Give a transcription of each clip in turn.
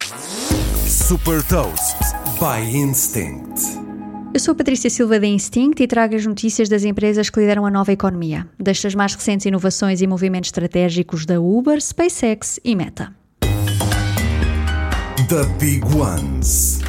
Super Toast by Instinct. Eu sou a Patrícia Silva da Instinct e trago as notícias das empresas que lideram a nova economia, destas mais recentes inovações e movimentos estratégicos da Uber, SpaceX e Meta. The Big Ones.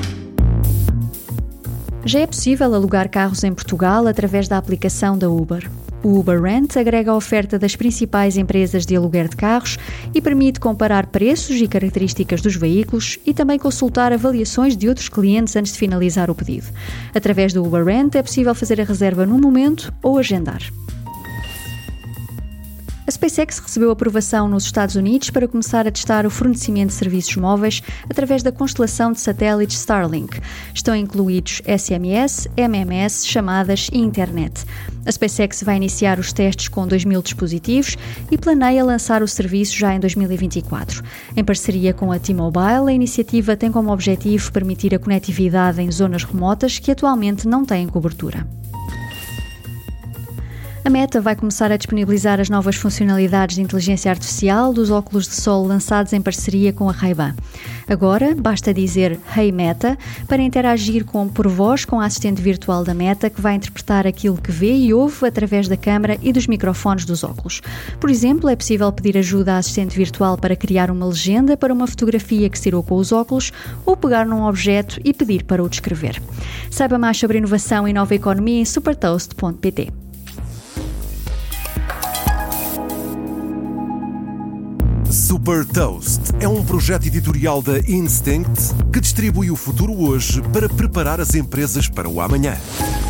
Já é possível alugar carros em Portugal através da aplicação da Uber. O Uber Rent agrega a oferta das principais empresas de aluguer de carros e permite comparar preços e características dos veículos e também consultar avaliações de outros clientes antes de finalizar o pedido. Através do Uber Rent é possível fazer a reserva no momento ou agendar. A SpaceX recebeu aprovação nos Estados Unidos para começar a testar o fornecimento de serviços móveis através da constelação de satélites Starlink. Estão incluídos SMS, MMS, chamadas e internet. A SpaceX vai iniciar os testes com 2.000 dispositivos e planeia lançar o serviço já em 2024. Em parceria com a T-Mobile, a iniciativa tem como objetivo permitir a conectividade em zonas remotas que atualmente não têm cobertura. A Meta vai começar a disponibilizar as novas funcionalidades de inteligência artificial dos óculos de sol lançados em parceria com a Ray-Ban. Agora, basta dizer Hey Meta para interagir por voz com a assistente virtual da Meta, que vai interpretar aquilo que vê e ouve através da câmara e dos microfones dos óculos. Por exemplo, é possível pedir ajuda à assistente virtual para criar uma legenda para uma fotografia que se tirou com os óculos ou pegar num objeto e pedir para o descrever. Saiba mais sobre inovação e nova economia em supertoast.pt. Super Toast é um projeto editorial da Instinct que distribui o futuro hoje para preparar as empresas para o amanhã.